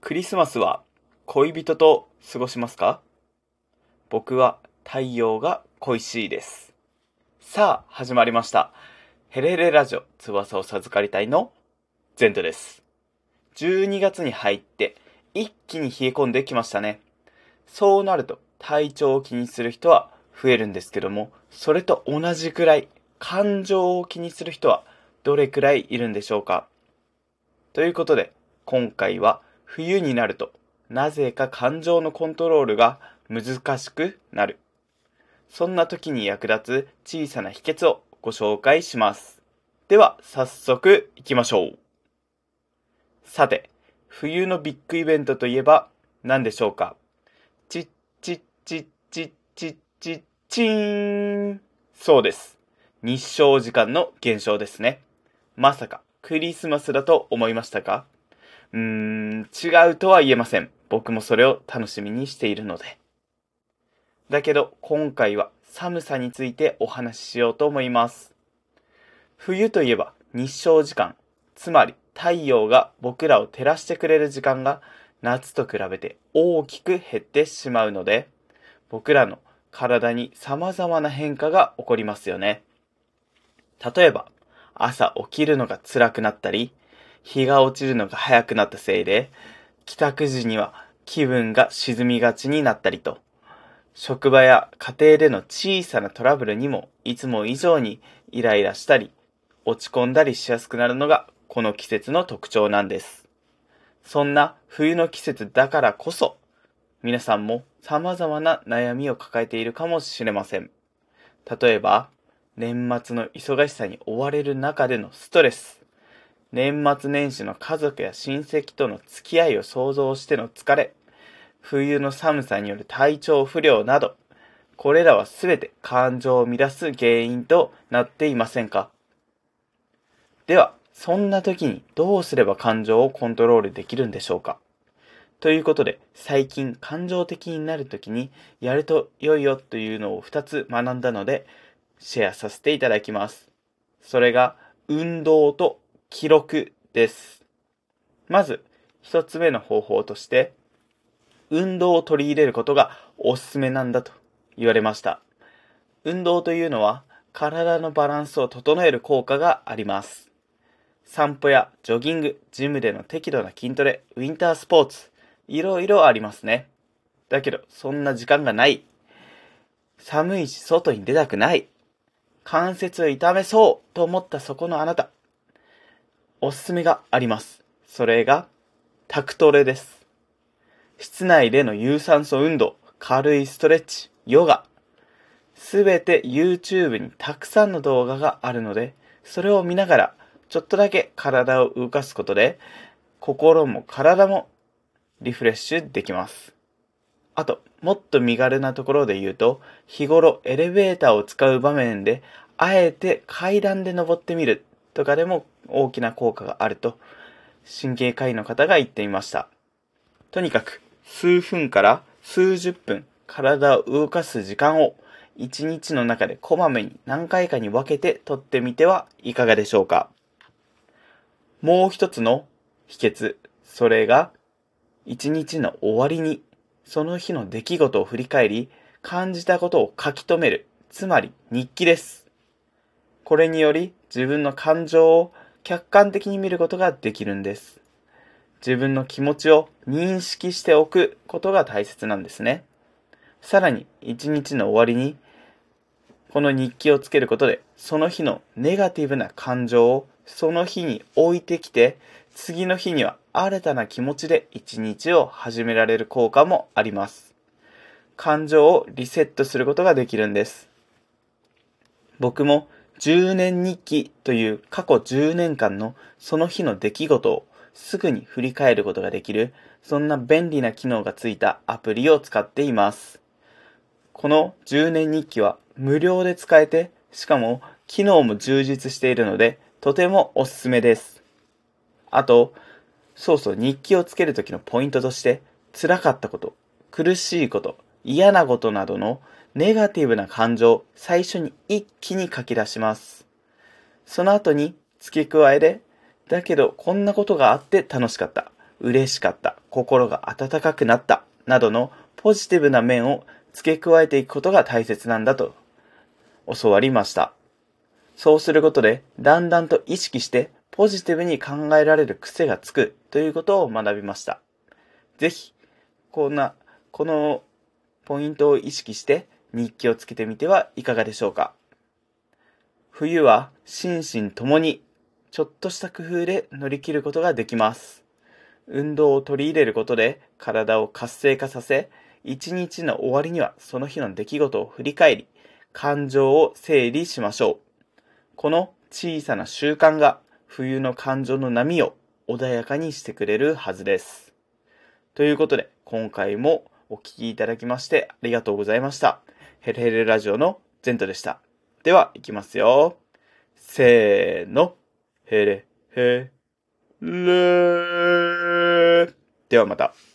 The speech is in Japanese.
クリスマスは恋人と過ごしますか？僕は太陽が恋しいです。さあ、始まりました。ヘレヘレラジオ翼を授かりたいのゼントです。12月に入って一気に冷え込んできましたね。そうなると体調を気にする人は増えるんですけども、それと同じくらい感情を気にする人はどれくらいいるんでしょうか？ということで、今回は冬になるとなぜか感情のコントロールが難しくなる。そんな時に役立つ小さな秘訣をご紹介します。では早速行きましょう。さて、冬のビッグイベントといえば何でしょうか？チッチッチッチッチッチッチーン。そうです。日照時間の減少ですね。まさかクリスマスだと思いましたか？違うとは言えません。僕もそれを楽しみにしているので。だけど今回は寒さについてお話ししようと思います。冬といえば日照時間、つまり太陽が僕らを照らしてくれる時間が夏と比べて大きく減ってしまうので、僕らの体に様々な変化が起こりますよね。例えば、朝起きるのが辛くなったり、日が落ちるのが早くなったせいで、帰宅時には気分が沈みがちになったりと、職場や家庭での小さなトラブルにもいつも以上にイライラしたり、落ち込んだりしやすくなるのがこの季節の特徴なんです。そんな冬の季節だからこそ、皆さんも様々な悩みを抱えているかもしれません。例えば、年末の忙しさに追われる中でのストレス、年末年始の家族や親戚との付き合いを想像しての疲れ、冬の寒さによる体調不良など、これらはすべて感情を乱す原因となっていませんか？では、そんな時にどうすれば感情をコントロールできるんでしょうか？ということで、最近感情的になる時にやると良いよというのを2つ学んだので、シェアさせていただきます。それが、運動と記録です。まず、1つ目の方法として、運動を取り入れることがおすすめなんだと言われました。運動というのは、体のバランスを整える効果があります。散歩やジョギング、ジムでの適度な筋トレ、ウィンタースポーツ、いろいろありますね。だけど、そんな時間がない。寒いし外に出たくない。関節を痛めそうと思ったそこのあなた。おすすめがあります。それが、タクトレです。室内での有酸素運動、軽いストレッチ、ヨガ。すべて YouTube にたくさんの動画があるので、それを見ながら、ちょっとだけ体を動かすことで、心も体もリフレッシュできます。あと、もっと身軽なところで言うと、日頃エレベーターを使う場面で、あえて階段で登ってみるとかでも大きな効果があると、神経科医の方が言っていました。とにかく、数分から数十分、体を動かす時間を、一日の中でこまめに何回かに分けて取ってみてはいかがでしょうか。もう一つの秘訣、それが、一日の終わりに、その日の出来事を振り返り、感じたことを書き留める、つまり日記です。これにより、自分の感情を客観的に見ることができるんです。自分の気持ちを認識しておくことが大切なんですね。さらに、一日の終わりに、この日記をつけることで、その日のネガティブな感情をその日に置いてきて、次の日には新たな気持ちで一日を始められる効果もあります。感情をリセットすることができるんです。僕も10年日記という過去10年間のその日の出来事をすぐに振り返ることができる、そんな便利な機能がついたアプリを使っています。この10年日記は無料で使えて、しかも機能も充実しているので、とてもおすすめです。あと、日記をつけるときのポイントとして、辛かったこと、苦しいこと、嫌なことなどのネガティブな感情を最初に一気に書き出します。その後に付け加えで、だけどこんなことがあって楽しかった、 嬉しかった、心が温かくなった、などのポジティブな面を付け加えていくことが大切なんだと教わりました。そうすることで、だんだんと意識してポジティブに考えられる癖がつくということを学びました。ぜひ、このポイントを意識して日記をつけてみてはいかがでしょうか。冬は心身ともにちょっとした工夫で乗り切ることができます。運動を取り入れることで体を活性化させ、一日の終わりにはその日の出来事を振り返り、感情を整理しましょう。この小さな習慣が冬の感情の波を穏やかにしてくれるはずです。ということで、今回もお聞きいただきましてありがとうございました。ヘルヘルラジオのゼントでした。では、いきますよ。せーの。ヘレヘレ。ではまた。